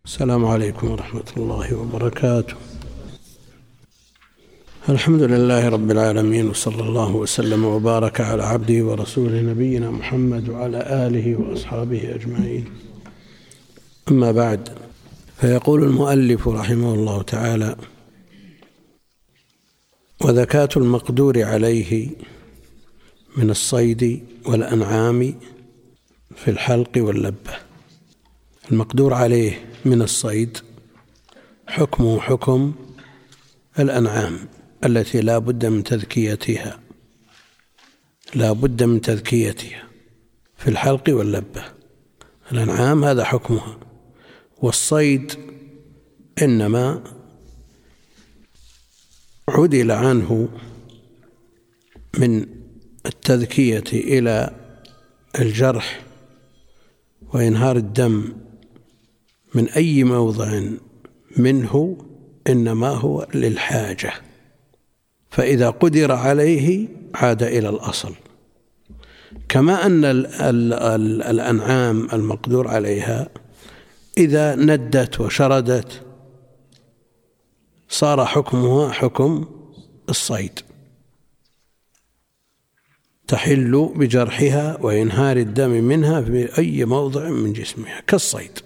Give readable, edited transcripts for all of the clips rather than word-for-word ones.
السلام عليكم ورحمة الله وبركاته. الحمد لله رب العالمين، وصلى الله وسلم وبارك على عبده ورسوله نبينا محمد وعلى آله وأصحابه أجمعين. أما بعد، فيقول المؤلف رحمه الله تعالى: وزكاة المقدور عليه من الصيد والأنعام في الحلق واللبة. المقدور عليه من الصيد حكمه حكم الأنعام التي لا بد من تذكيتها، في الحلق واللبة. الأنعام هذا حكمها، والصيد إنما عدل عنه من التذكية إلى الجرح وإنهار الدم من أي موضع منه، إنما هو للحاجة، فإذا قدر عليه عاد إلى الأصل. كما أن الأنعام المقدور عليها إذا ندت وشردت صار حكمها حكم الصيد، تحل بجرحها وإنهار الدم منها في أي موضع من جسمها كالصيد.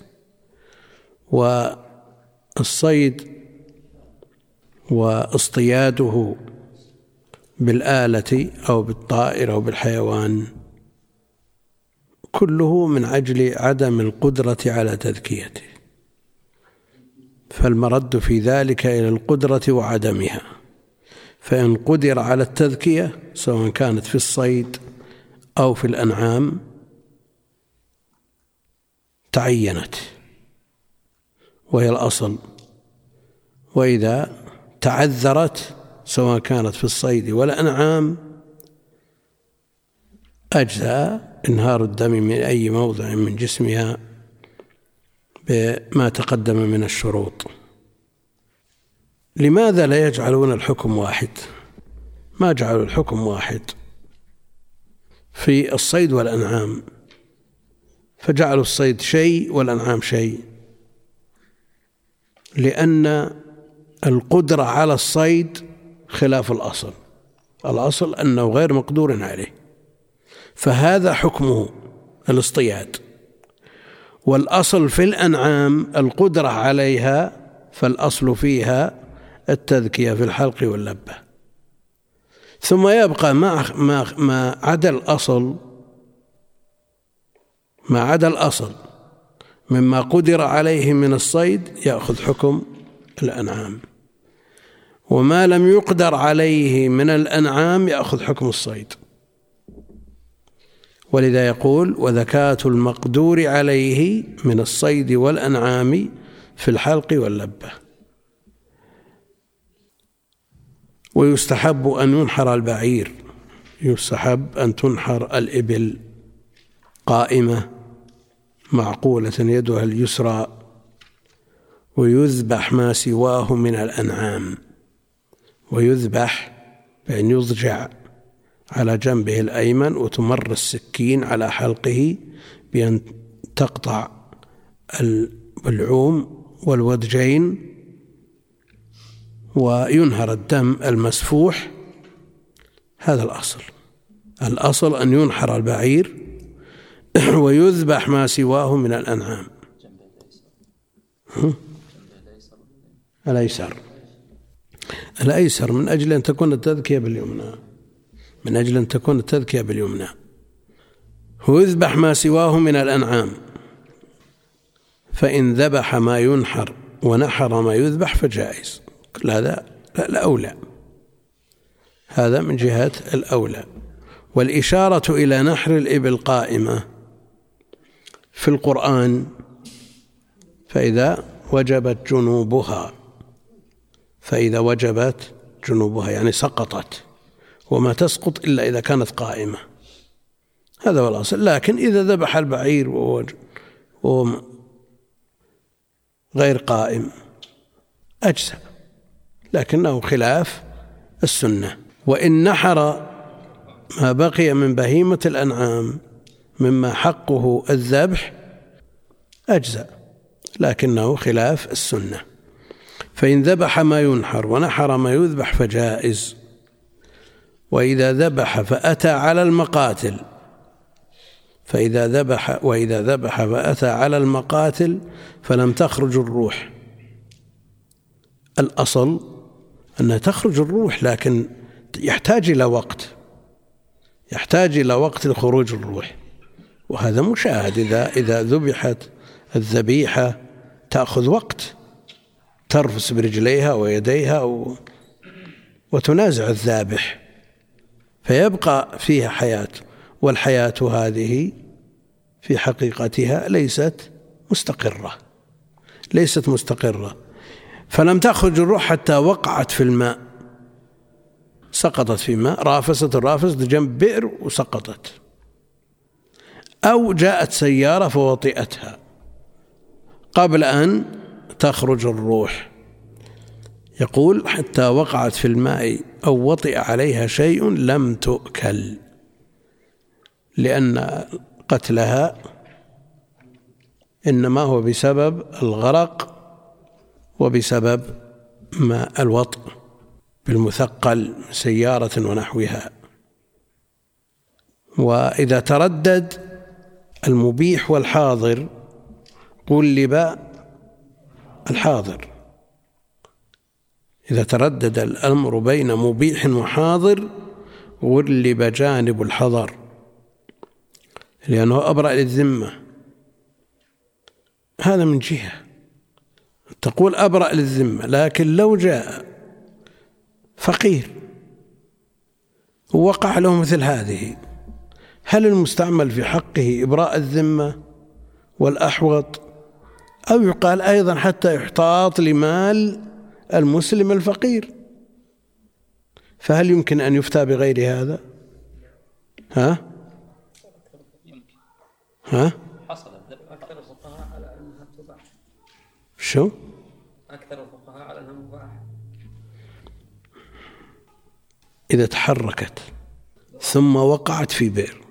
والصيد واصطياده بالآلة أو بالطائر أو بالحيوان كله من أجل عدم القدرة على تذكيته، فالمرد في ذلك إلى القدرة وعدمها. فإن قدر على التذكية سواء كانت في الصيد أو في الأنعام تعينت وهي الأصل، وإذا تعذرت سواء كانت في الصيد والأنعام أجزاء إنهار الدم من أي موضع من جسمها بما تقدم من الشروط. لماذا لا يجعلون الحكم واحد؟ ما جعلوا الحكم واحد في الصيد والأنعام، فجعلوا الصيد شيء والأنعام شيء، لأن القدرة على الصيد خلاف الأصل. الأصل أنه غير مقدور عليه، فهذا حكمه الاصطياد. والأصل في الأنعام القدرة عليها، فالأصل فيها التذكية في الحلق واللبة. ثم يبقى ما عدا الأصل مما قدر عليه من الصيد يأخذ حكم الأنعام، وما لم يقدر عليه من الأنعام يأخذ حكم الصيد. ولذا يقول: وزكاة المقدور عليه من الصيد والأنعام في الحلق واللبة. ويستحب أن ينحر البعير، يستحب أن تنحر الإبل قائمة معقولة يدها اليسرى، ويذبح ما سواه من الأنعام. ويذبح بأن يضجع على جنبه الأيمن وتمر السكين على حلقه بأن تقطع البلعوم والودجين، وينهر الدم المسفوح. هذا الأصل أن ينحر البعير ويذبح ما سواه من الأنعام. الأيسر من أجل أن تكون التذكية باليمنى، هو يذبح ما سواه من الأنعام. فإن ذبح ما ينحر ونحر ما يذبح فجائز. هذا الأولى، هذا من جهة الأولى. والإشارة إلى نحر الإبل قائمة في القرآن: فإذا وجبت جنوبها يعني سقطت، وما تسقط إلا إذا كانت قائمة. هذا هو الأصل. لكن إذا ذبح البعير وهو غير قائم أجزاء، لكنه خلاف السنة. وإن نحر ما بقي من بهيمة الأنعام مما حقه الذبح أجزاء، لكنه خلاف السنة. فإن ذبح ما ينحر ونحر ما يذبح فجائز. وإذا ذبح فأتى على المقاتل وإذا ذبح فأتى على المقاتل فلم تخرج الروح. الأصل أنها تخرج الروح، لكن يحتاج إلى وقت لخروج الروح، وهذا مشاهد. إذا ذبحت الذبيحة تأخذ وقت، ترفس برجليها ويديها وتنازع الذابح، فيبقى فيها حياة، والحياة هذه في حقيقتها ليست مستقرة. فلم تخرج الروح حتى وقعت في الماء، سقطت في ماء، رافست الرافس جنب بئر وسقطت، أو جاءت سيارة فوطئتها قبل أن تخرج الروح. يقول حتى وقعت في الماء أو وطئ عليها شيء لم تؤكل، لأن قتلها إنما هو بسبب الغرق وبسبب ما الوطء بالمثقل سيارة ونحوها. وإذا تردد المبيح والحاضر قلب الحاضر. إذا تردد الأمر بين مبيح وحاضر غلب جانب الحظر، لأنه أبرأ للذمة. هذا من جهة تقول أبرأ للذمة، لكن لو جاء فقير ووقع له مثل هذه، هل المستعمل في حقه إبراء الذمة والأحوط، أو يقال أيضا حتى يحتاط لمال المسلم الفقير؟ فهل يمكن أن يفتى بغير هذا؟ حصل أكثر الفقهاء على أنها تباح. شو؟ أكثر الفقهاء على أنها مباح. إذا تحركت ثم وقعت في بئر،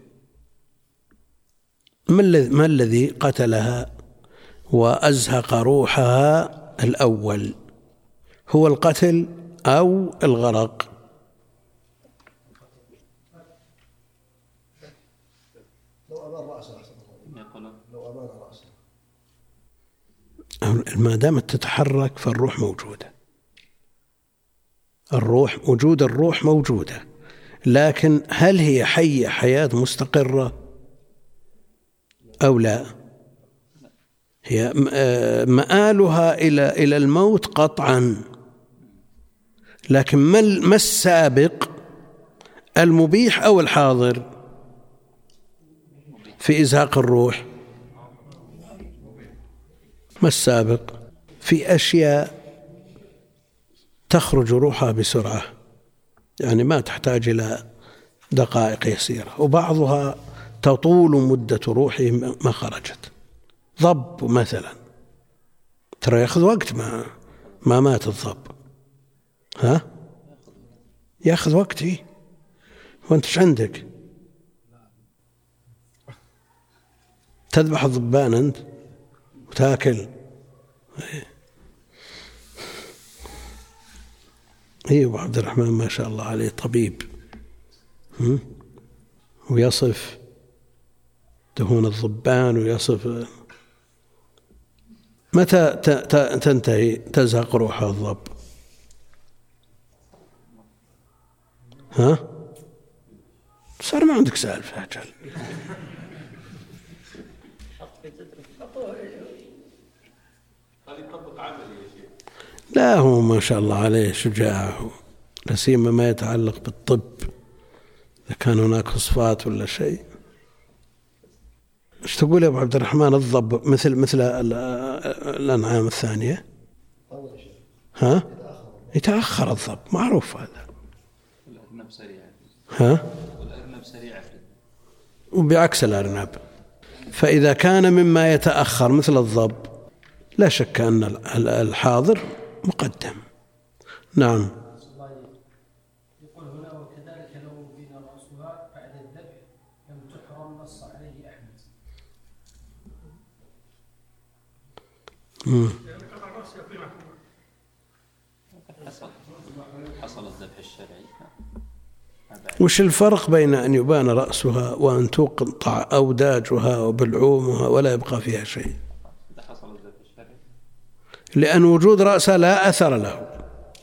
ما الذي قتلها وأزهق روحها الأول؟ هو القتل أو الغرق؟ ما دامت تتحرك فالروح موجودة، وجود الروح موجودة، لكن هل هي حياة مستقرة أو لا؟ هي مآلها إلى الموت قطعا، لكن ما السابق، المبيح أو الحاضر في إزهاق الروح؟ ما السابق؟ في أشياء تخرج روحها بسرعة، يعني ما تحتاج إلى دقائق يسيرة، وبعضها تطول مدة روحه ما خرجت. ضب مثلا ترى يأخذ وقت ما مات الضب، يأخذ وقت. وانت ايش عندك؟ تذبح الضبان أنت وتاكل؟ أبو عبد الرحمن ما شاء الله عليه طبيب، ويصف دهون الضبان ويصف. متى تنتهي تزهق روح الضب؟ صار ما عندك سالفة أجل. لا هو ما شاء الله عليه شجاع، لا سيما ما يتعلق بالطب، إذا كان هناك فوسفات ولا شيء. ايش تقول يا أبو عبد الرحمن؟ الضب مثل الأنعام الثانية. يتأخر الضب، معروف هذا. الأرنب سريعة. والأرنب سريعة، وبعكس الأرنب. فإذا كان مما يتأخر مثل الضب لا شك أن الحاضر مقدم. نعم. يقول هنا وكذلك لو بين رأسها بعد الذبح لم تحرم، نص عليه أحمد. حصل الذبح الشرعي. وش الفرق بين أن يبان رأسها وأن تقطع أوداجها وبلعومها ولا يبقى فيها شيء؟ لأن وجود رأسها لا أثر له.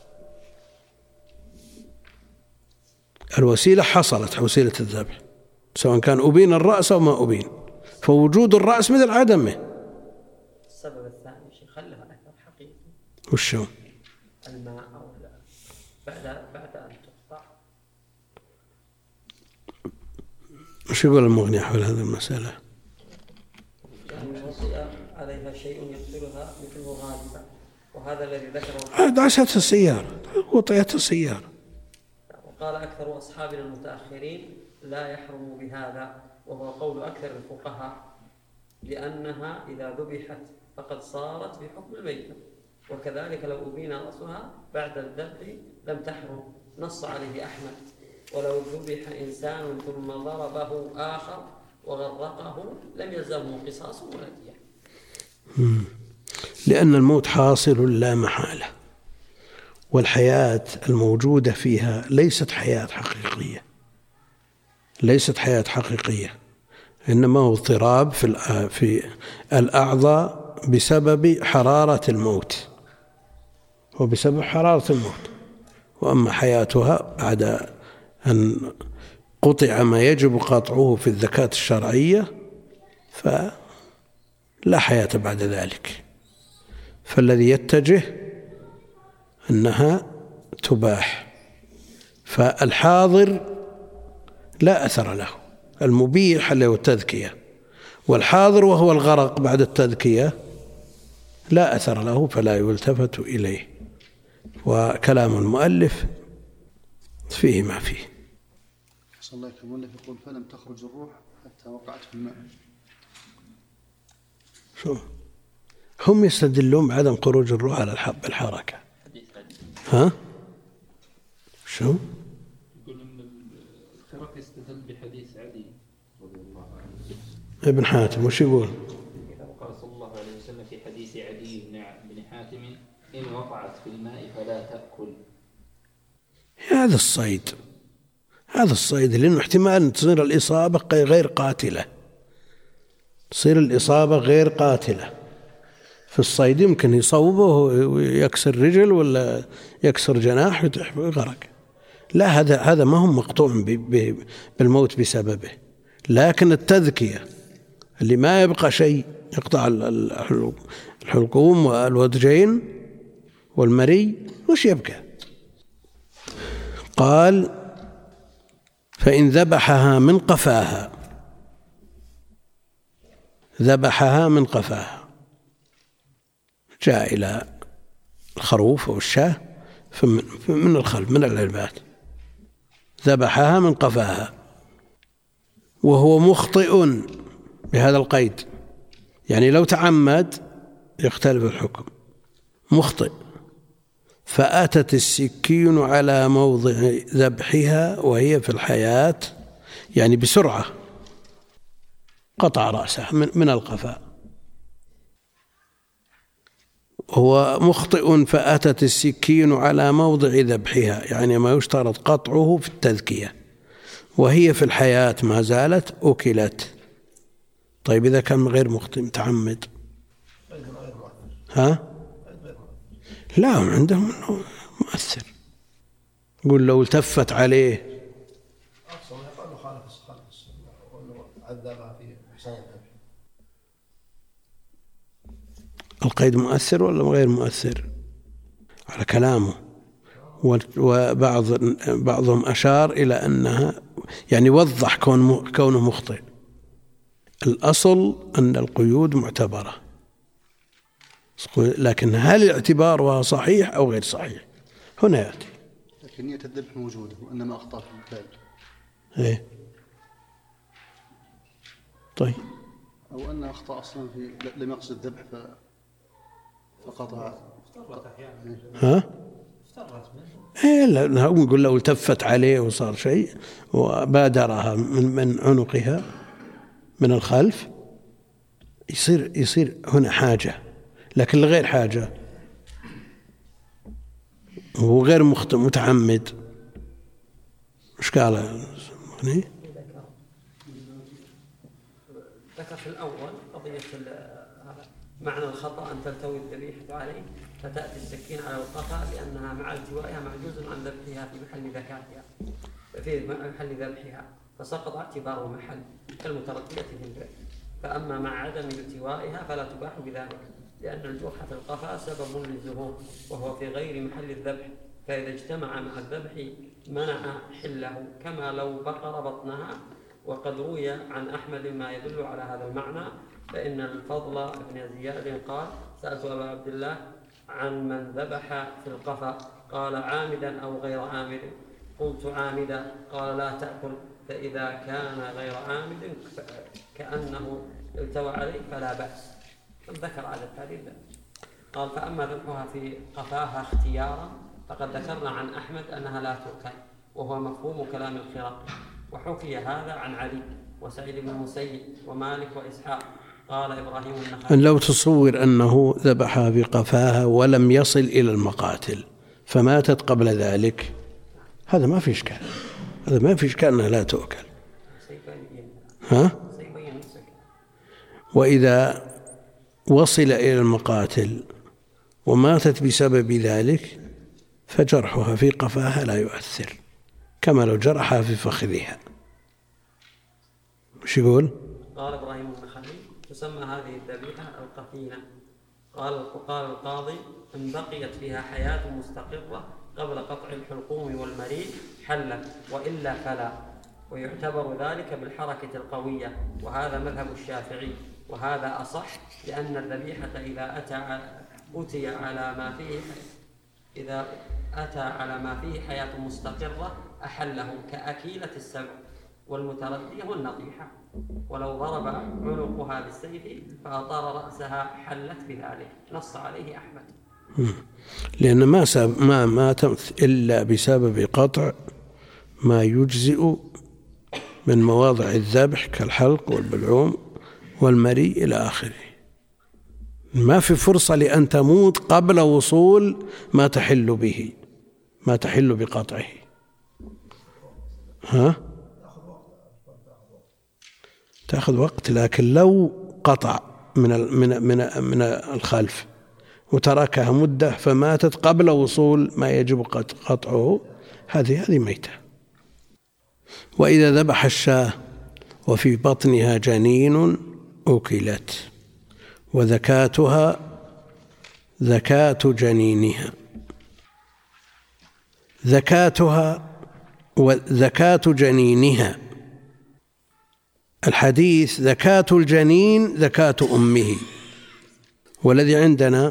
الوسيلة حصلت، وسيلة الذبح، سواء كان أبين الرأس أو ما أبين، فوجود الرأس مثل عدمه. السبب الثاني شيء خلها أثر حقيقي. وشو؟ الماء أو لا بعد أن تقطع. وش يقول المغني حول هذه المسألة؟ يعني وطئ عليها شيء يقتلها مثله غالبا، وهذا الذي ذكره دعست السيارة، وطئت السيارة. وقال أكثر أصحابنا المتأخرين لا يحرم بهذا، وهو قول أكثر الفقهاء، لأنها إذا ذبحت فقد صارت بحكم الميتة، وكذلك لو أبين رأسها بعد الذبح لم تحرم، نص عليه أحمد. ولو ذبح إنسان ثم ضربه آخر وغرقه لم يلزمه قصاص ولا دية، لأن الموت حاصل لا محالة، والحياة الموجودة فيها ليست حياة حقيقية، ليست حياة حقيقية، إنما هو اضطراب في الأعضاء بسبب حرارة الموت، وبسبب حرارة الموت. وأما حياتها بعد أن قطع ما يجب قطعه في الزكاة الشرعية فلا حياة بعد ذلك. فالذي يتجه أنها تباح، فالحاضر لا أثر له، المبيح له التذكية، والحاضر وهو الغرق بعد التذكية لا أثر له فلا يلتفت إليه. وكلام المؤلف فيه ما فيه. صلى الله عليه وسلم يقول فلم تخرج الروح حتى وقعت في الماء. شو هم يستدلون بعدم خروج الروح على الحركة؟ ها؟ شو؟ يقول إن الخرق يستدل بحديث عدي رضي الله عنه. ابن حاتم وش يقول؟ قال صلى الله عليه وسلم في حديث عدي بن حاتم إن وقعت في الماء فلا تأكل. هذا الصيد، هذا الصيد لأنه احتمال أن تصير الإصابة غير قاتلة، تصير الإصابة غير قاتلة. في الصيد يمكن يصوبه ويكسر رجل ولا يكسر جناح ويغرق. لا، هذا ما هم مقطوع بالموت بسببه، لكن التذكية اللي ما يبقى شيء، يقطع الحلقوم والودجين والمري، وش يبقى؟ قال فإن ذبحها من قفاها، ذبحها من قفاها، جاء إلى الخروف أو الشاة من الخلف من العلبات، ذبحها من قفاها وهو مخطئ بهذا القيد، يعني لو تعمد يختلف الحكم، مخطئ، فأتت السكين على موضع ذبحها وهي في الحياة، يعني بسرعة قطع رأسه من القفاء، هو مخطئ فأتت السكين على موضع ذبحها، يعني ما يشترط قطعه في التذكية، وهي في الحياة ما زالت أكلت. طيب إذا كان غير مخطئ متعمد، ها؟ لا، عندهم أنه مؤثر. يقول لو التفت عليه القيد مؤثر ولا غير مؤثر على كلامه. وبعضهم أشار إلى أنها يعني وضح كونه مخطئ. الأصل أن القيود معتبرة، لكن هل اعتبارها صحيح أو غير صحيح هنا يأتي. لكن نية الذبح موجودة وإنما أخطأ في البال. إيه طيب، أو أن أخطأ أصلا في لم يقصد الذبح فقطع. ها؟ إيه لا، نقول لو التفت عليه وصار شيء وبادرها من عنقها من الخلف يصير هنا حاجة، لكن لغير حاجة وغير متعمد، إيش قال يعني؟ ذكر في الأول قضية معنى الخطأ أن تلتوي الذبيحة عليه فتأتي السكين على القفا لأنها مع التوائها معجوز عن ذبحها في محل ذكاتها في محل ذبحها فسقط اعتباره محل كالمتردية في البئر. فأما مع عدم التوائها فلا تباح بذلك لأن الجرح في القفا سبب للزهور وهو في غير محل الذبح، فإذا اجتمع مع الذبح منع حله كما لو بقر بطنها. وقد روي عن أحمد ما يدل على هذا المعنى، فإن الفضل بن زياد قال سألت أبا عبد الله عن من ذبح في القفا قال عامدا أو غير عامد، قلت عامدا، قال لا تأكل، فإذا كان غير عامد كأنه التوى عليه فلا بأس. ذكر على التعليل. قال فأما ذبحها في قفاها اختيارا فقد ذكرنا عن أحمد أنها لا تؤكل وهو مفهوم كلام الخراقي، وحكي هذا عن علي وسعيد بن المسيب ومالك وإسحاق. قال إبراهيم النخعي لو تصور أنه ذبحها في قفاها ولم يصل إلى المقاتل فماتت قبل ذلك، هذا ما في إشكال، هذا ما في إشكال أنها لا تؤكل. وإذا وصل إلى المقاتل وماتت بسبب ذلك فجرحها في قفاها لا يؤثر كما لو جرحها في فخذها. وش يقول؟ قال إبراهيم النخعي تسمى هذه الذبيحة القفينة. قال القاضي إن بقيت فيها حياة مستقرة قبل قطع الحلقوم والمريء حلت وإلا فلا، ويعتبر ذلك بالحركة القوية، وهذا مذهب الشافعي، وهذا أصح لأن الذبيحة إذا أتى على ما فيه حياة مستقرة أحله كأكيلة السبع والمتردية والنطيحة، ولو ضرب عنقها بالسيف فأطار رأسها حلت بذلك، نص عليه أحمد. لأن ما تمت إلا بسبب قطع ما يجزئ من مواضع الذبح كالحلق والبلعوم والمريء إلى آخره. ما في فرصة لأن تموت قبل وصول ما تحل به، ما تحل بقطعه. تأخذ وقت، لكن لو قطع من الخلف وتركها مدة فماتت قبل وصول ما يجب قطعه، هذه ميتة. وإذا ذبح الشاة وفي بطنها جنين أكلت وذكاتها ذكاة جنينها. ذكاتها وذكاة جنينها. الحديث ذكاة الجنين ذكاة أمه، والذي عندنا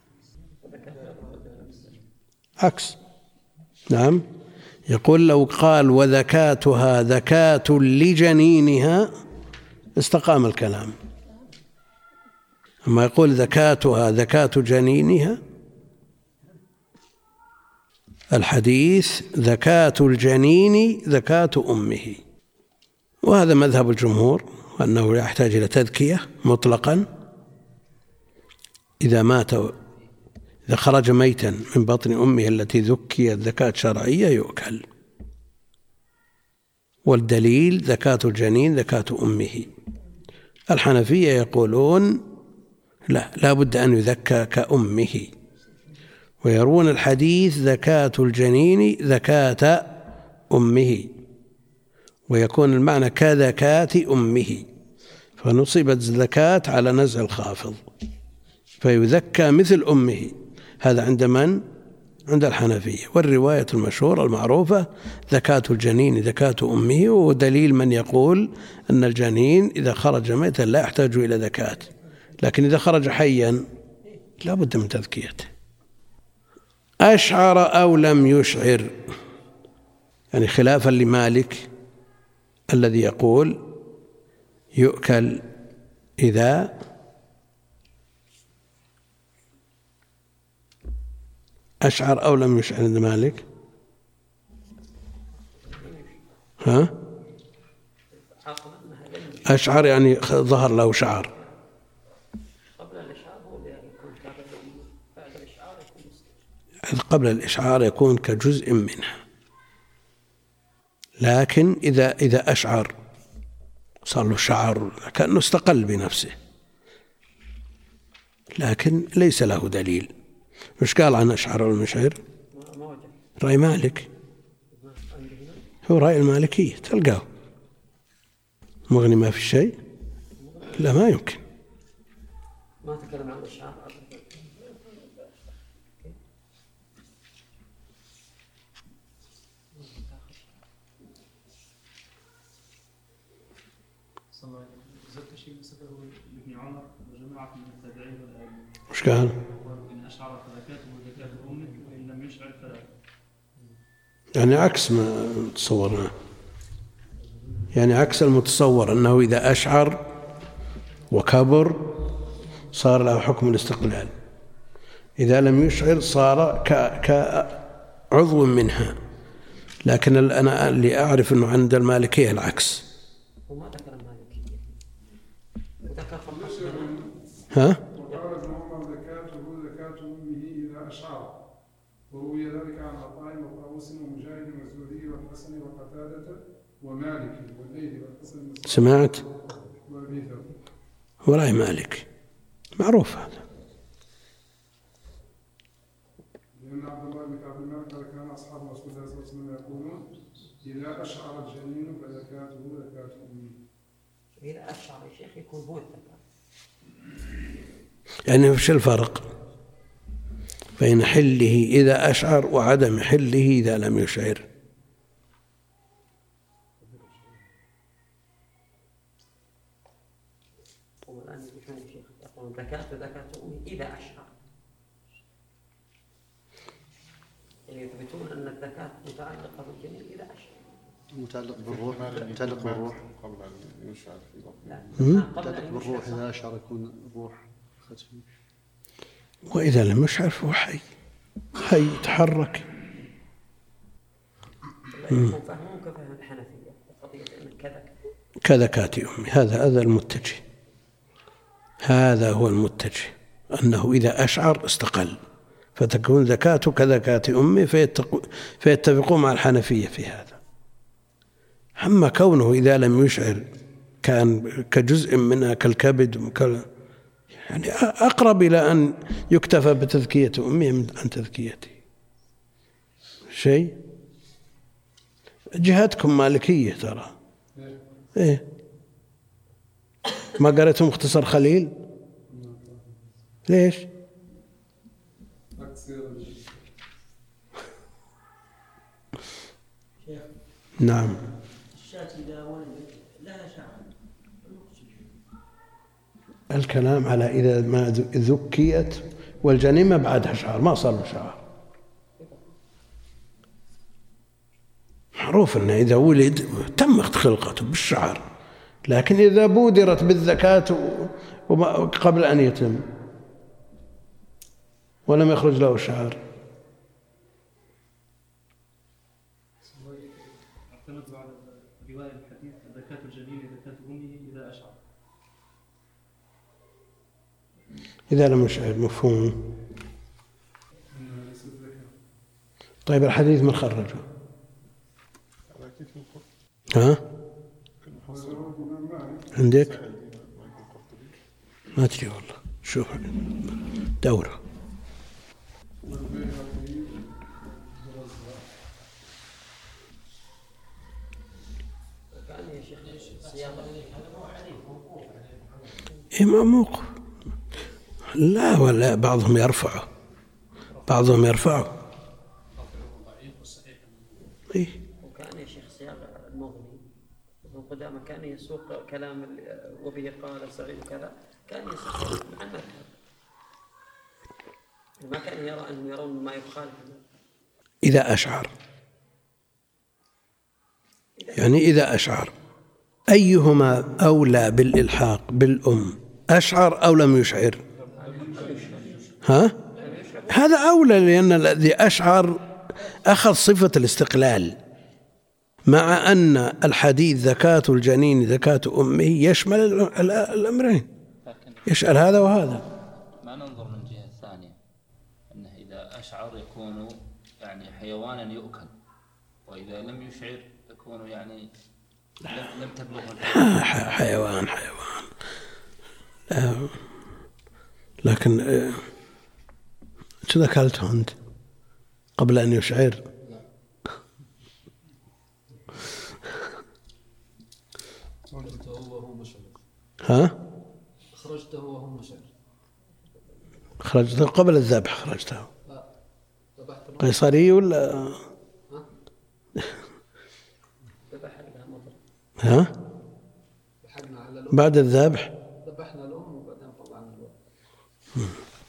عكس. نعم، يقول لو قال وذكاتها ذكاة لجنينها استقام الكلام، أما يقول ذكاتها ذكاة جنينها. الحديث ذكاة الجنين ذكاة أمه، وهذا مذهب الجمهور أنه لا يحتاج إلى تذكية مطلقا. إذا خرج ميتا من بطن أمه التي ذكيت ذكاة شرعية يؤكل، والدليل ذكاة الجنين ذكاة أمه. الحنفية يقولون لا بد أن يذكى كأمه، ويرون الحديث ذكاة الجنين ذكاة أمه، ويكون المعنى كذكاة أمه، فنصبت الزكاة على نزع الخافض فيذكى مثل أمه. هذا عند من؟ عند الحنفية. والرواية المشهورة المعروفة ذكاة الجنين ذكاة أمه، ودليل من يقول أن الجنين إذا خرج ميتا لا يحتاج إلى ذكاة، لكن إذا خرج حيا لا بد من تذكيته. أشعر أو لم يشعر، يعني خلافا لمالك الذي يقول يؤكل إذا أشعر أو لم يشعر. عند مالك أشعر يعني ظهر له شعر. قبل الإشعار هو يكون كافر قبل الإشعار يكون كجزء منها، لكن إذا أشعر صار له شعر كأنه استقل بنفسه، لكن ليس له دليل. مش قال عن أشعر والمشعر؟ رأي مالك، هو رأي المالكية، تلقاه مغني ما في شيء. لا ما يمكن. ما تكلم عن الإشعار. ذكر شيء ذكره ابن عمر وجماعة من التابعين والأئمة. وش قال؟ إن أشعر فزكاته زكاة أمك وإن لم يشعر فلا. يعني عكس ما تصورناه، يعني عكس المتصور أنه إذا أشعر وكبر صار له حكم الاستقلال، إذا لم يشعر صار كعضو منها. لكن أنا اللي أعرف أنه عند المالكية العكس. وما ذكر المالكية، ذكر فقط. ها؟ وقال ابن عمر زكاته زكاة أمه إذا أشعر، وروي ذلك عن عطاء وطاووس ومجاهد والزهري والحسن وقتادة ومالك والليث والحسن. سمعت؟ وأبي ذر. ورأي مالك معروف هذا. لأن عبد الله بن كعب مالك كان أصحاب رسول الله صلى الله عليه وسلم يقولون إذا أشعر الجنين فزكاته زكاة أمه. إذا أشعر يا شيخ يكون هو الذكر. يعني وش الفرق بين حله إذا أشعر وعدم حله إذا لم يشعر؟ والآن يقولون يا شيخ يقولون زكاة أمه إذا أشعر، يعني يثبتون أن الزكاة متعلقة بالجنين إذا أشعر. متعلق بالروح، متعلق بالروح قبل أن يشعر في بطنه. متعلق بالروح. إذا أشعر يكون الروح ختم. وإذا لم يشعر فهو حي يتحرك. يكون فهمهم كفهم الحنفية قضية أن كذكاة أمي. هذا المتجه، هذا هو المتجه، أنه إذا أشعر استقل فتكون زكاته كزكاة أمي، فيتفقون مع الحنفية في هذا. أما كونه إذا لم يشعر كان كجزء منها كالكبد يعني أقرب إلى أن يكتفى بتذكية أمه عن تذكيته. شيء جهتكم مالكية ترى. إيه ما قرأتم مختصر خليل؟ ليش؟ نعم. الشاة إذا ولدت لها شعر. الكلام على إذا ما ذكيت والجنين ما بعدها شعر، ما صار له شعر. معروف أنه إذا ولد تمت خلقته بالشعر، لكن إذا بودرت بالزكاة قبل أن يتم ولم يخرج له شعر. اعتمد على رواية الحديث زكاة الجنين زكاة أمه إذا أشعر. إذا لم يشعر مفهوم. طيب الحديث من خرجه؟ ها؟ عندك؟ ما تجي والله، شوف دورة. إيه ما موقف، لا ولا بعضهم يرفعه إيه. وكان يا شيخ سياق المغني ابن قدامة كان يسوق كلام وبه قال سعيد كذا، كان يسوق مع المذهب، ما كان يرى أنهم يرون ما يخالف. إذا أشعر يعني إذا أشعر أيهما أولى بالإلحاق بالأم، أشعر أو لم يشعر؟ ها؟ هذا أولى، لأن الذي أشعر أخذ صفة الاستقلال، مع أن الحديث زكاة الجنين زكاة أمه يشمل الأمرين، يشمل هذا وهذا. ما ننظر من جهة ثانية، أنه إذا أشعر يكون يعني حيوانا يؤكل، وإذا لم يشعر يكون يعني لم تبلغ حيوان لكن كذا أكلته أنت قبل أن يشعر؟ أخرجته وهو مشعر. ها؟ أخرجته وهو مشعر. خرجته قبل الذبح؟ خرجته ذبحته قيصري ولا ها؟ بعد الذبح ذبحنا الأم وبعدين طلعنا الولد.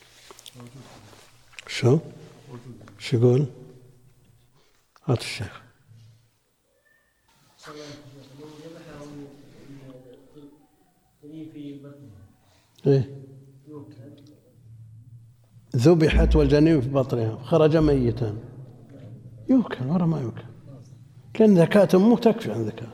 شو يقول؟ هات الشيخ. إيه؟ ذبحت والجنين في بطنها خرج ميتا يوكل ولا ما يوكل؟ لأن ذكاة أمه تكفي عن ذكاة.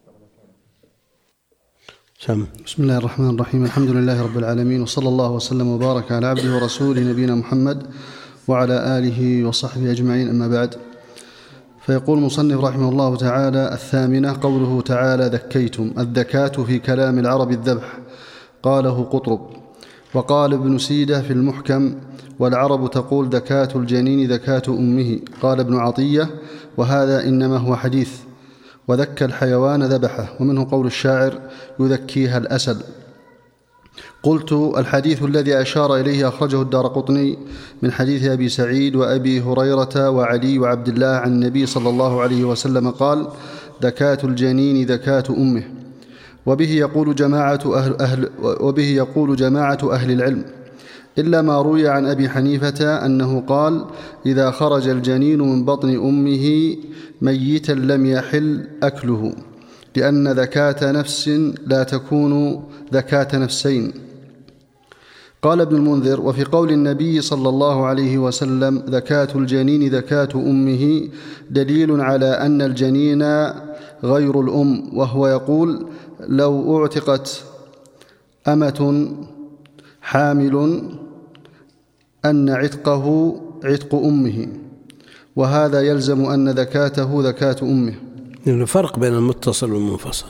سم. بسم الله الرحمن الرحيم. الحمد لله رب العالمين، وصلى الله وسلم وبارك على عبده ورسوله نبينا محمد وعلى آله وصحبه أجمعين، أما بعد. فيقول المصنف رحمه الله تعالى: 8 قوله تعالى: ذكيتم. الذكاة في كلام العرب الذبح، قاله قطرب. وقال ابن سيدة في المحكم: والعرب تقول ذكاة الجنين ذكاة أمه. قال ابن عطية: وهذا إنما هو حديث، وذكى الحيوان ذبحه. ومنه قول الشاعر: يذكيها الأسل. قلت: الحديث الذي أشار إليه أخرجه الدارقطني من حديث أبي سعيد وأبي هريرة وعلي وعبد الله عن النبي صلى الله عليه وسلم قال: ذكاة الجنين ذكاة أمه. وبه يقول جماعة أهل العلم، إلا ما روي عن أبي حنيفة أنه قال: إذا خرج الجنين من بطن أمه ميتا لم يحل أكله، لأن ذكاة نفس لا تكون ذكاة نفسين. قال ابن المنذر: وفي قول النبي صلى الله عليه وسلم ذكاة الجنين ذكاة أمه دليل على أن الجنين غير الأم، وهو يقول: لو أعتقت أمة حامل أن عتقه عتق أمه، وهذا يلزم أن ذكاته ذكاة أمه. الفرق بين المتصل والمنفصل.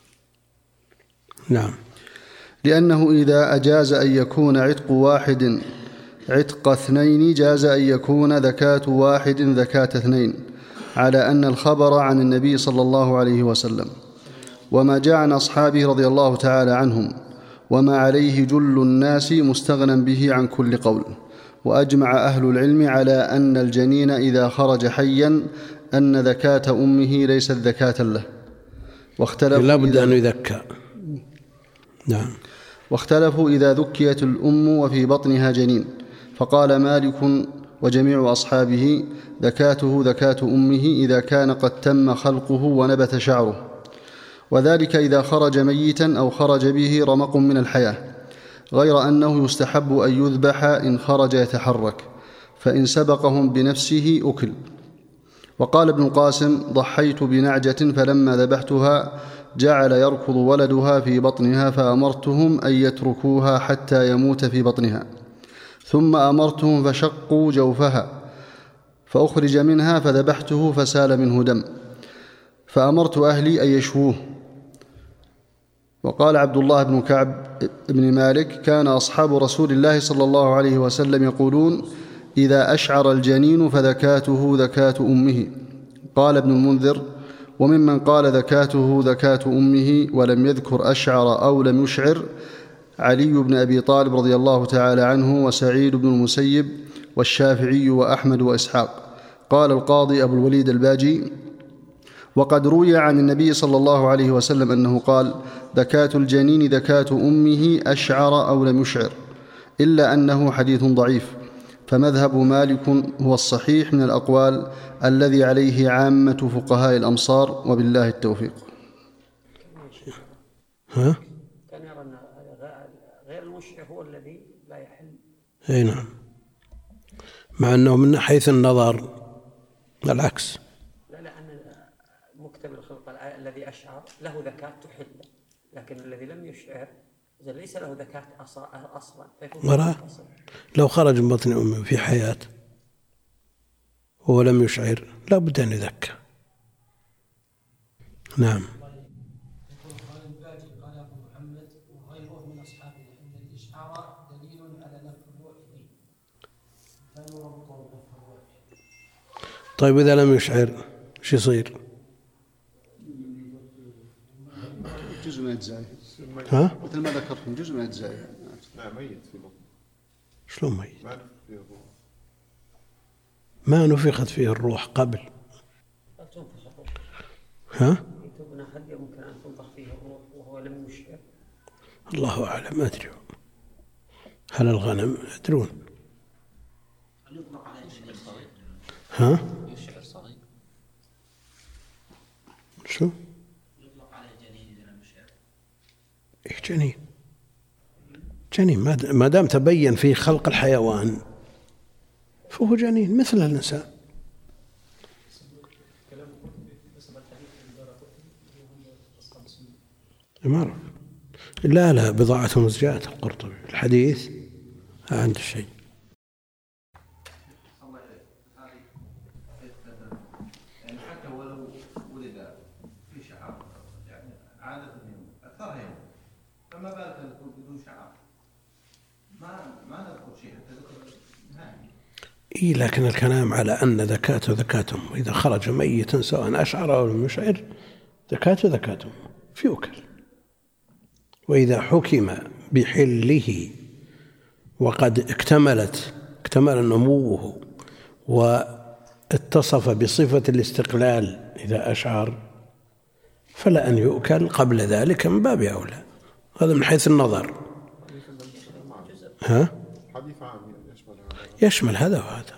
نعم. لأنه إذا أجاز أن يكون عتق واحد عتق اثنين، جاز أن يكون ذكاة واحد ذكاة اثنين، على أن الخبر عن النبي صلى الله عليه وسلم، وما جاء عن أصحابه رضي الله تعالى عنهم، وما عليه جل الناس مستغنى به عن كل قول. وأجمع أهل العلم على أن الجنين إذا خرج حيا أن ذكاة أمه ليست ذكاة له، لا بد أن يذكى. نعم. واختلفوا إذا ذكيت الأم وفي بطنها جنين، فقال مالك وجميع أصحابه: ذكاته ذكاة أمه إذا كان قد تم خلقه ونبت شعره، وذلك إذا خرج ميتا أو خرج به رمق من الحياة، غير أنه يستحب أن يذبح إن خرج يتحرك، فإن سبقهم بنفسه أكل. وقال ابن القاسم: ضحيت بنعجة فلما ذبحتها جعل يركض ولدها في بطنها، فأمرتهم أن يتركوها حتى يموت في بطنها، ثم أمرتهم فشقوا جوفها فأخرج منها، فذبحته فسال منه دم، فأمرت أهلي أن يشووه. وقال عبد الله بن كعب بن مالك: كان أصحاب رسول الله صلى الله عليه وسلم يقولون: إذا أشعر الجنين فذكاته ذكاة أمه. قال ابن المنذر: وممن قال ذكاته ذكاة أمه ولم يذكر أشعر أو لم يشعر علي بن أبي طالب رضي الله تعالى عنه، وسعيد بن المسيب، والشافعي، وأحمد، وإسحاق. قال القاضي أبو الوليد الباجي: وقد روي عن النبي صلى الله عليه وسلم أنه قال: ذكاة الجنين ذكاة أمه أشعر أو لم يشعر، إلا أنه حديث ضعيف. فمذهب مالك هو الصحيح من الأقوال الذي عليه عامة فقهاء الأمصار، وبالله التوفيق. ها؟ كان يرى أن غير المشعر هو الذي لا يحل. أي نعم، مع أنه من حيث النظر العكس. لا، لأن مكتمل الخلق الذي أشعر له ذكاة تحل، لكن الذي لم يشعر إذا ليس له ذكاة أصلا وراء لو خرج من بطن أمه في حياة ولم يشعر لا بد أن يذكى. نعم. قال الباجي قال أبو محمد وغيره من أصحابنا إن الإشعار دليل على نفي الروح به لا يربط بنفي الروح. طيب إذا لم يشعر شو يصير؟ جزء من أجزائه. ها؟ مثل ما ذكرتم جزء من أجزائه. لا ميت في بطن. شلون ميت؟ ما نفخ فيه الروح. ما نفخت فيه الروح قبل. تنفخ الروح. ها؟ هل يمكن أن تنفخ فيه الروح وهو لم يشعر؟ الله أعلم ما أدري. هل الغنم يدرون؟ هل يطلق عليه جنين صغير؟ ها؟ يشعر صغير. شو؟ يطلق عليه جنين إذا لم يشعر. إيه جنين. جنين ما دام تبين في خلق الحيوان فهو جنين مثل الإنسان. ما لا بضاعة مزجاة القرطبي الحديث عند الشيء. يعني حتى ولو ولد في شعر يعني عادة أكثرها يوم فما بالك أن يكون بدون شعر ما نذكر شيء حتى ذكر نهائي. إيه لكن الكلام على أن ذكاتهم إذا خرج ميتا سواء أشعر أو لم يشعر ذكاتهم في أكل. وإذا حكم بحله وقد اكتمل نموه واتصف بصفة الاستقلال إذا أشعر فلا أن يؤكل قبل ذلك من باب أولى. هذا من حيث النظر. ها؟ حديث عام يشمل هذا وهذا.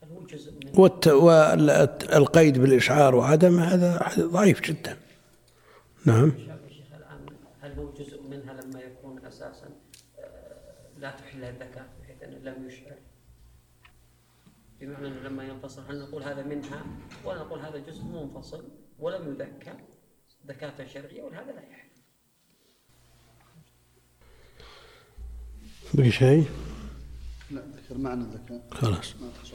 والقيد بالإشعار وعدم هذا ضعيف جدا. نعم. هل هو جزء منها لما يكون أساسا لا تحلها الذكاء بحيث أنه لم يشعر؟ بمعنى أنه لما ينفصل هل نقول هذا منها ولا نقول هذا جزء منفصل ولم يذكى ذكاة شرعية وهذا لا يحل. بقي شيء؟ لا ذكر معنى الذكاء خلاص.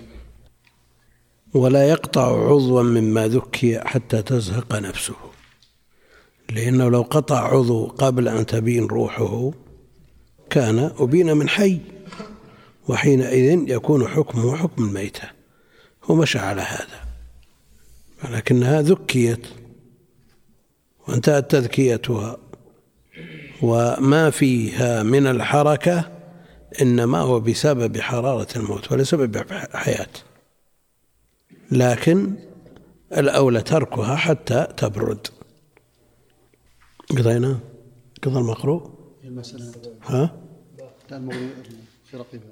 ولا يقطع عضوا مما ذكي حتى تزهق نفسه، لأنه لو قطع عضو قبل أن تبين روحه كان أبين من حي، وحينئذ يكون حكمه حكم الميتة. هو مشى على هذا، ولكنها ذكيت وانتهت تذكيتها، وما فيها من الحركة إنما هو بسبب حرارة الموت ولا سبب حياة، لكن الأولى تركها حتى تبرد. قضينا قضى المقروء المسألة. ها؟ لا المغني في رقيبها.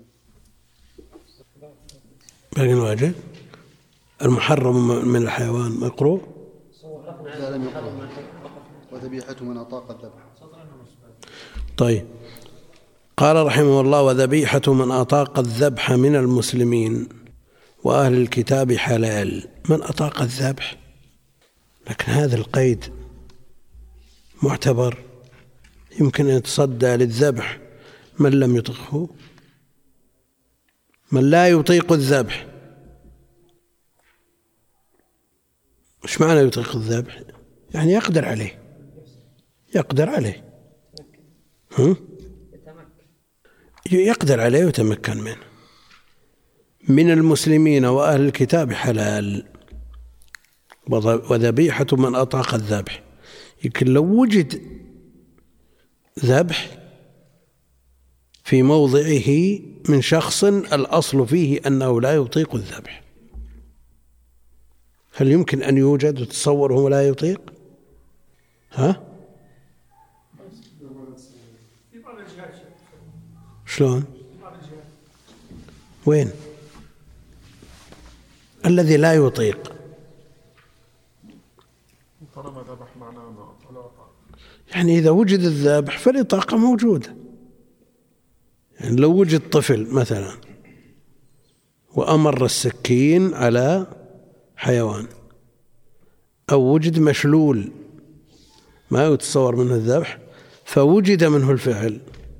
باقي الواجب المحرم من الحيوان مقروء. لا لم يقرأ. وذبيحة من أطاق الذبح. طيب قال رحمه الله: وذبيحة من أطاق الذبح من المسلمين وأهل الكتاب حلال. من أطاق الذبح، لكن هذا القيد معتبر، يمكن أن يتصدى للذبح من لم يطقه، من لا يطيق الذبح. مش معنى يطيق الذبح؟ يعني يقدر عليه يقدر عليه ويتمكن منه. من المسلمين وأهل الكتاب حلال. وذبيحة من أطاق الذبح، يمكن لو وجد ذبح في موضعه من شخص الأصل فيه أنه لا يطيق الذبح، هل يمكن أن يوجد وتصور هو لا يطيق؟ ها؟ شلون؟ وين؟ الذي لا يطيق يعني إذا وجد الذبح فالإطاقة موجودة. يعني لو وجد طفل مثلا وأمر السكين على حيوان، أو وجد مشلول ما يتصور منه الذبح فوجد منه الفعل،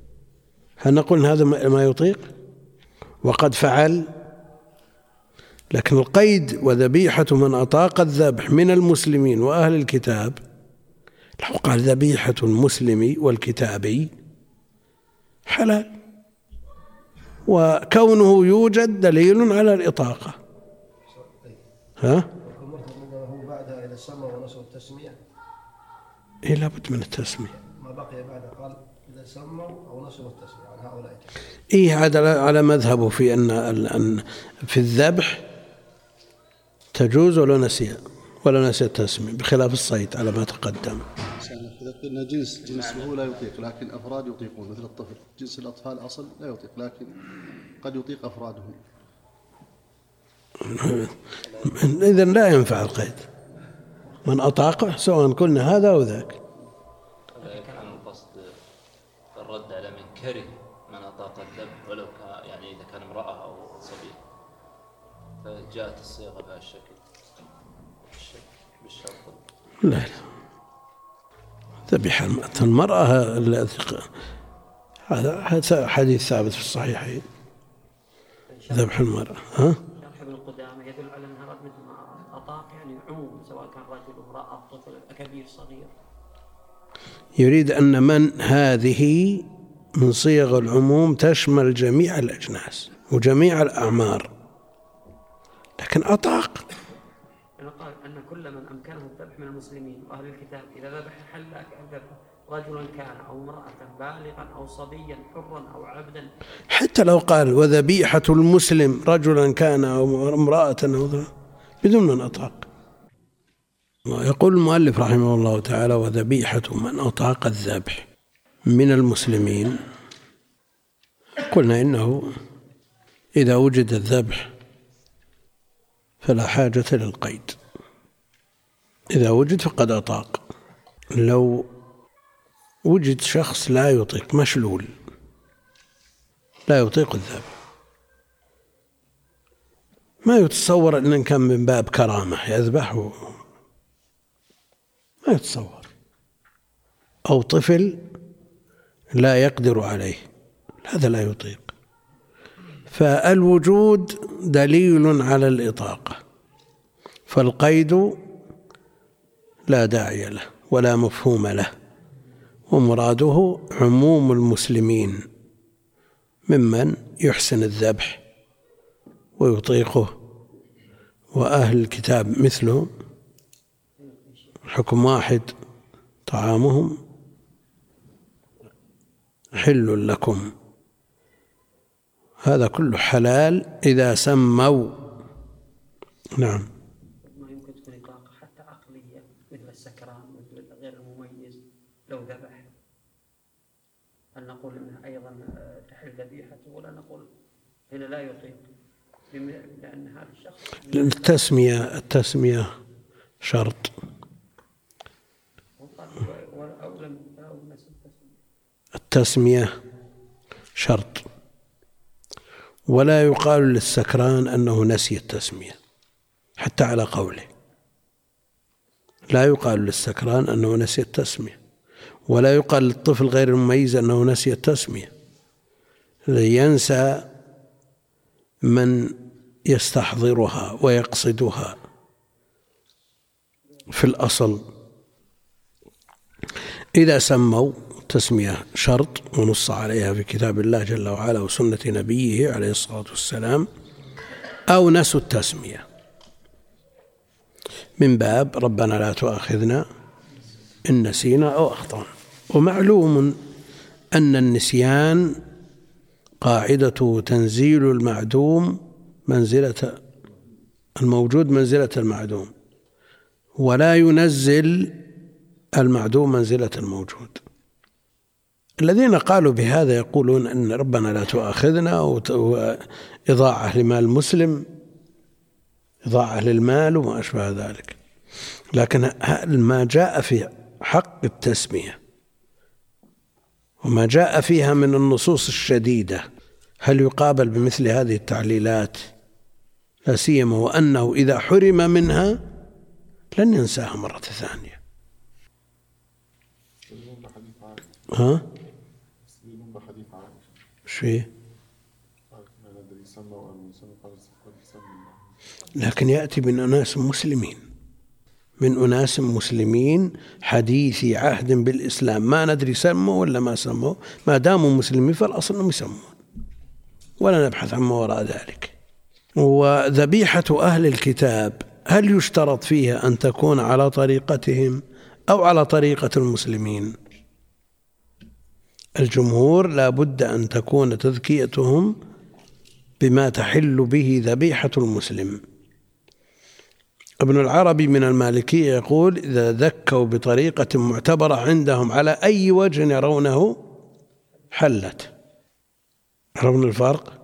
هل نقول هذا ما يطيق وقد فعل؟ لكن القيد وذبيحة من أطاق الذبح من المسلمين وأهل الكتاب، لو قال ذبيحة المسلم والكتابي حلال، وكونه يوجد دليل على الإطاقة. ها؟ هو بعدها إذا سمى ونسوا التسمية. إيه لابد من التسمية. ما بقي بعد قال إذا سموا أو نسوا التسمية عن هؤلاء. إيه على مذهبه في أن في الذبح تجوز ولا نسي التسمية، بخلاف الصيد على ما تقدم. إذا قلنا جنسه لا يطيق لكن أفراد يطيقون، مثل الطفل جنس الأطفال أصل لا يطيق لكن قد يطيق أفرادهم. إذن لا ينفع القيد، من أطاقه سواء قلنا هذا أو ذاك. كان القصد الرد على من كره من أطاق الذبح ولو كان يعني إذا كان امرأة أو صبي، فجاءت الصيغة بهذا الشكل بالشرط. لا ذبيحة المرأة هذا حديث ثابت في الصحيحين، ذبح المرأة. ها؟ شرح ابن قدامة يدل على أنها مثل ما أطاق يعني عموم، سواء كان رجل امرأة طفل كبير صغير. يريد أن من هذه من صيغ العموم تشمل جميع الأجناس وجميع الأعمار، لكن أطاق. أنا قال أن كل من أمكنه الذبح من المسلمين وأهل الكتاب إذا ذبح حل الذبح، رجلا كان أو امرأة، بالغا أو صبيا، حرا أو عبدا. حتى لو قال وذبيحة المسلم رجلا كان أو امرأة بدون من أطاق. يقول المؤلف رحمه الله تعالى وذبيحة من أطاق الذبح من المسلمين، قلنا إنه إذا وجد الذبح فلا حاجة للقيد، إذا وجد فقد أطاق. لو وجد شخص لا يطيق، مشلول لا يطيق الذبح، ما يتصور أن كان من باب كرامة يذبحه، ما يتصور. أو طفل لا يقدر عليه، هذا لا يطيق. فالوجود دليل على الإطاقة، فالقيد لا داعي له ولا مفهوم له، ومراده عموم المسلمين ممن يحسن الذبح ويطيقه، وأهل الكتاب مثلهم حكم واحد، طعامهم حل لكم، هذا كله حلال إذا سموا. نعم. ما يمكن تكون إطلاقة حتى عقلية، مثل السكران مثل غير المميز لو ذبح، هل نقول إنها أيضا تحل ذبيحته ولا نقول هنا لا يطيق؟ لأن هذا الشخص التسمية شرط. التسمية شرط، ولا يقال للسكران أنه نسي التسمية حتى على قوله، لا يقال للسكران أنه نسي التسمية، ولا يقال للطفل غير المميز أنه نسي التسمية. ينسى من يستحضرها ويقصدها في الأصل. إذا سموا تسمية شرط ونص عليها في كتاب الله جل وعلا وسنة نبيه عليه الصلاة والسلام، أو نسوا التسمية من باب ربنا لا تؤاخذنا إن نسينا أو أخطأنا. ومعلوم أن النسيان قاعدته تنزيل المعدوم منزلة الموجود منزلة المعدوم، ولا ينزل المعدوم منزلة الموجود. الذين قالوا بهذا يقولون أن ربنا لا تؤاخذنا وإضاعة لمال المسلم، إضاعة للمال وما أشبه ذلك. لكن ما جاء في حق التسمية وما جاء فيها من النصوص الشديدة هل يقابل بمثل هذه التعليلات؟ لا سيما وأنه إذا حرم منها لن ينساها مرة ثانية. فيه؟ لكن يأتي من أناس مسلمين حديثي عهد بالإسلام، ما ندري سموا ولا ما سموا، ما داموا مسلمين فالأصل أنهم يسمون، ولا نبحث عن ما وراء ذلك. وذبيحة أهل الكتاب هل يشترط فيها أن تكون على طريقتهم أو على طريقة المسلمين؟ الجمهور لا بد أن تكون تذكيتهم بما تحل به ذبيحة المسلم. ابن العربي من المالكية يقول إذا ذكوا بطريقة معتبرة عندهم على أي وجه يرونه حلت. يرون الفرق؟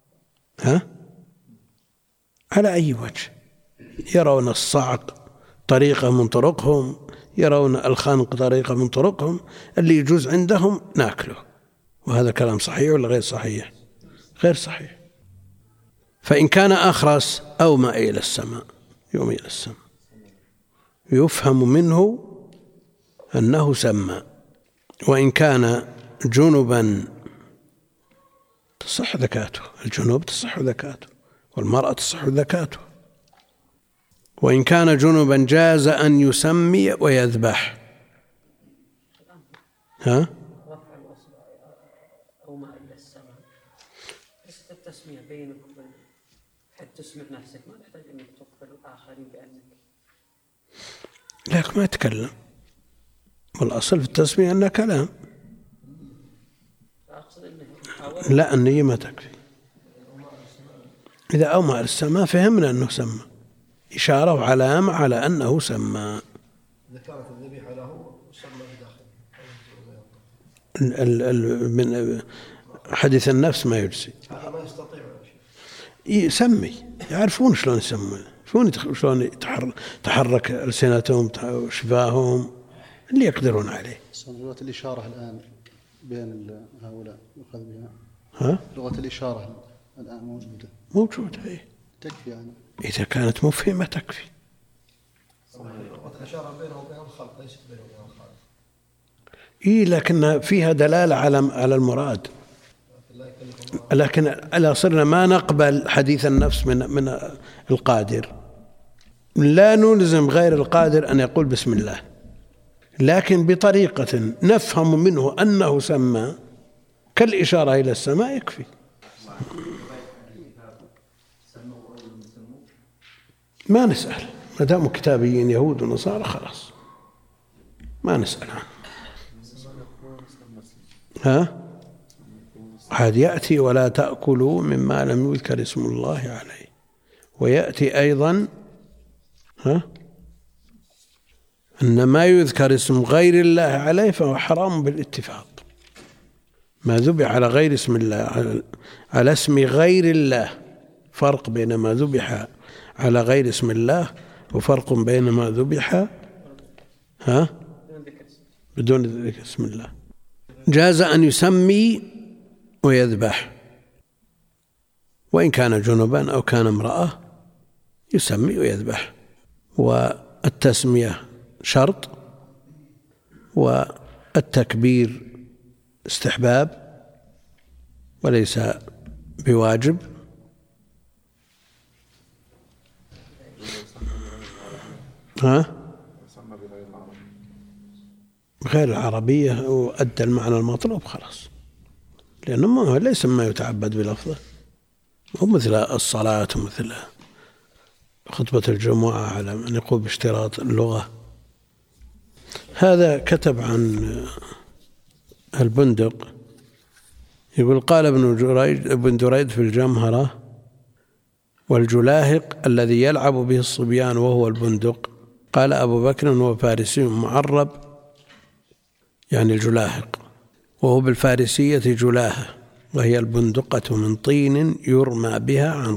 على أي وجه؟ يرون الصعق طريقة من طرقهم، يرون الخنق طريقة من طرقهم، اللي يجوز عندهم ناكله. وهذا كلام صحيح ولا غير صحيح؟ غير صحيح. فإن كان أخرس أو ما إلى السماء، يوم إلى السماء، يفهم منه أنه سمى. وإن كان جنبا تصح ذكاته، الجنوب تصح ذكاته، والمرأة تصح ذكاته. وإن كان جنبا جاز أن يسمي ويذبح. رفع الأصبع أو ما إلى السماء، بس التسمية بينك وبين حتى تسمع نفسك، ما تحتاج أنك تخبر الآخرين بأنك لكن ما يتكلم، والأصل في التسمية أنها كلام. لا، النية ما تكفي. إذا أومأ السماء فهمنا أنه سمى، إشارة وعلامة على أنه سمى. إذا كانت الذبيحة له سمى بداخل من حديث النفس ما يجزي. هذا ما يستطيع يسمي، يعرفون شلون يسمون، شلون تحرك ألسنتهم وشفاههم اللي يقدرون عليه. لغة الإشارة الآن بين هؤلاء يؤخذ بها. لغة الإشارة الآن موجودة. إيه؟ تكفي يعني. إذا كانت مفهمة تكفي. لغة الإشارة بينه وبين الخلق، ليست بينه وبين الخالق. لكن فيها دلالة على المراد. لكن ألا صرنا ما نقبل حديث النفس من القادر، لا نلزم غير القادر أن يقول بسم الله، لكن بطريقة نفهم منه أنه سمى كالإشارة إلى السماء يكفي. ما نسأل، ما داموا كتابيين يهود ونصارى خلاص ما نسأل عنه. عاد يأتي ولا تأكلوا مما لم يذكر اسم الله عليه. ويأتي أيضا أن ما يذكر اسم غير الله عليه فهو حرام بالاتفاق. ما ذبح على غير اسم الله، على اسم غير الله، فرق بين ما ذبح على غير اسم الله وفرق بين ما ذبح بدون ذكر اسم الله. جاز أن يسمي ويذبح، وإن كان جنبا أو كان امرأة يسمي ويذبح. والتسمية شرط، والتكبير استحباب وليس بواجب. بغير العربية وأدى المعنى المطلوب خلاص، لأنه ليس ما يتعبد بلفظه، هو مثل الصلاة ومثل خطبة الجمعة على من يقول باشتراط اللغة. هذا كتب عن البندق، يقول قال ابن دريد في الجمهرة: والجلاهق الذي يلعب به الصبيان وهو البندق. قال أبو بكر: هو فارسي معرب، يعني الجلاهق، وهو بالفارسية جلاهة، وهي البندقة من طين يرمى بها عن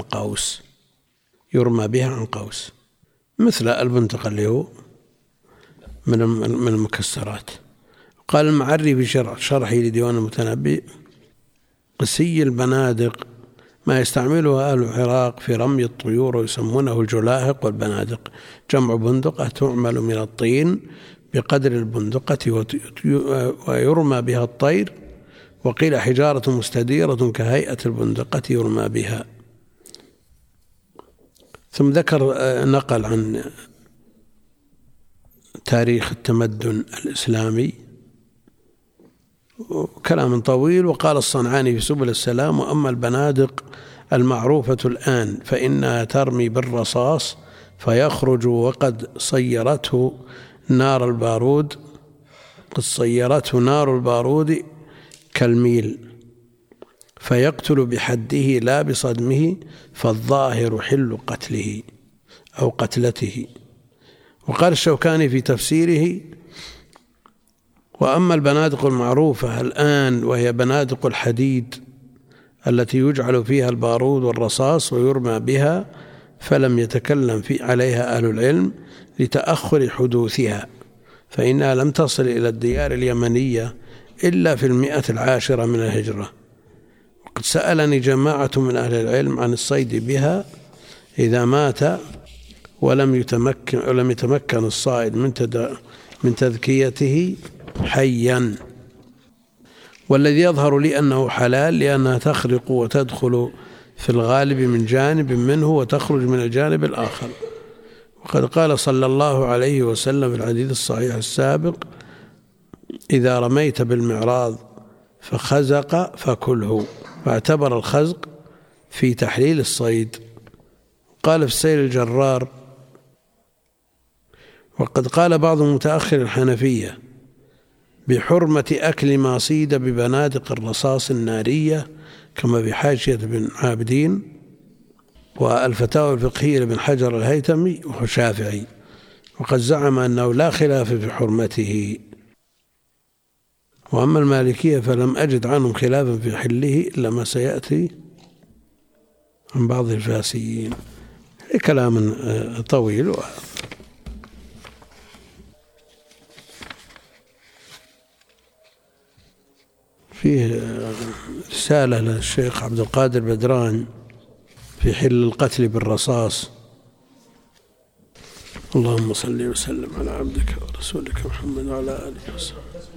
قوس، مثل البندق اللي هو من المكسرات. قال المعري في شرحه لديوان المتنبي: قسي البنادق ما يستعملها أهل العراق في رمي الطيور، ويسمونه الجلاهق. والبنادق جمع بندقة تعمل من الطين بقدر البندقة ويرمى بها الطير، وقيل حجارة مستديرة كهيئة البندقة يرمى بها. ثم نقل عن تاريخ التمدن الإسلامي كلام طويل. وقال الصنعاني في سبل السلام: وأما البنادق المعروفة الآن فإنها ترمي بالرصاص فيخرج وقد صيرته نار البارود كالميل فيقتل بحده لا بصدمه، فالظاهر حل قتله أو قتلته. وقال الشوكاني في تفسيره: وأما البنادق المعروفة الآن وهي بنادق الحديد التي يجعل فيها البارود والرصاص ويرمى بها، فلم يتكلم عليها أهل العلم لتأخر حدوثها، فإنها لم تصل إلى الديار اليمنية إلا في 110 من الهجرة. وقد سألني جماعة من أهل العلم عن الصيد بها إذا مات ولم يتمكن الصائد من تذكيته حيا. والذي يظهر لي أنه حلال، لأنها تخرق وتدخل في الغالب من جانب منه وتخرج من الجانب الآخر. وقد قال صلى الله عليه وسلم في الحديث الصحيح السابق: إذا رميت بالمعراض فخزق فكله، واعتبر الخزق في تحليل الصيد. قال في السير الجرار: وقد قال بعض متأخر الحنفية بحرمة أكل ما صيد ببنادق الرصاص النارية، كما في حاشية بن عابدين والفتاوى الفقهية لابن حجر الهيثمي والشافعي. وقد زعم أنه لا خلاف في حرمته. وأما المالكية فلم أجد عنهم خلافا في حله إلا ما سيأتي عن بعض الفاسيين. كلام طويل. فيه رسالة للشيخ عبد القادر بدران في حل القتل بالرصاص. اللهم صل وسلم على عبدك ورسولك محمد وعلى آله وصحبه.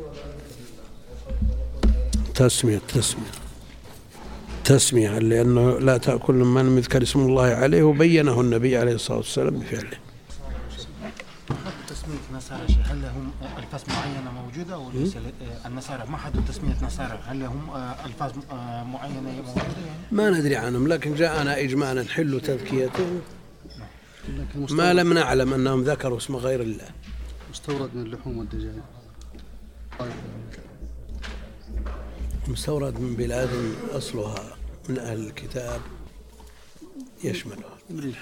تسمية لأنه لا تأكل مما لم يذكر اسم الله عليه، وبينه النبي عليه الصلاة والسلام بفعله. تسمية نصارى، هل لهم ألفاظ معينة موجودة أو ليس النصارى ما حدوا تسمية نصارى؟ هل لهم ألفاظ معينة موجودة يعني؟ ما ندري عنهم، لكن جاءنا إجمالا حل تذكيته ما لم نعلم أنهم ذكروا اسم غير الله. مستورد من اللحوم والدجاج. مستورد من بلاد أصلها من أهل الكتاب يشملها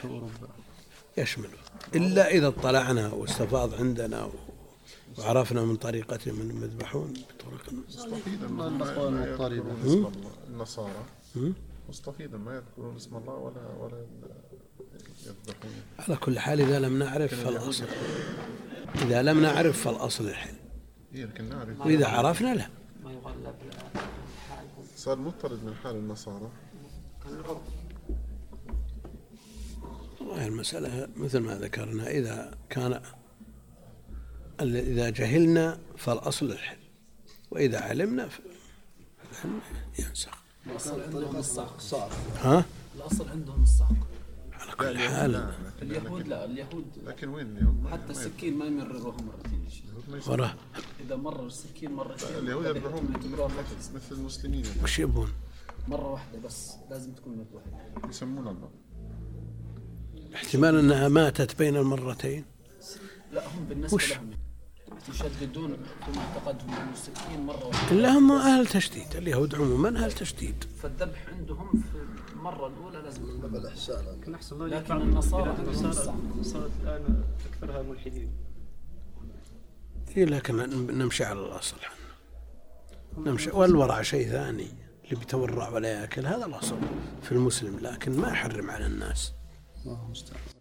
إلا إذا اطلعنا واستفاض عندنا وعرفنا من طريقتهم من يذبحون بطرق النصارى مستفيدا ما يذكرون اسم الله ولا يذبحون. على كل حال إذا لم نعرف فالأصل الحل، وإذا عرفنا لا. صار مضطرد من حال النصارى. والله المسألة مثل ما ذكرنا، إذا جهلنا فالأصل الحل، وإذا علمنا فالعلم ينسخ. الأصل عندهم الصعق. الأصل عندهم الصعق. على كل حال اليهود لكن وين اليهود؟ حتى السكين ما يمرروها مرتين. وراه إذا مرر السكين مرتين اليهود يذبحون مثل المسلمين. وش يبون؟ مرة واحدة بس، لازم تكون مذبوحة. يسمون الله. احتمال أنها ماتت بين المرتين. لا، هم بالنسبة لهم يشددون في معتقدهم أن السكين مرة واحدة. إلا هم أهل تشديد، اليهود عموما أهل تشديد. فالذبح عندهم في المرة الأولى لازم يكون بالإحسان. لكن النصارى عندهم صارت الآن أكثرها ملحدين. لكن نمشي على الأصل، نمشي. والورع شيء ثاني، اللي بيتورع ولا يأكل هذا الأصل في المسلم، لكن ما يحرم على الناس. الله المستعان.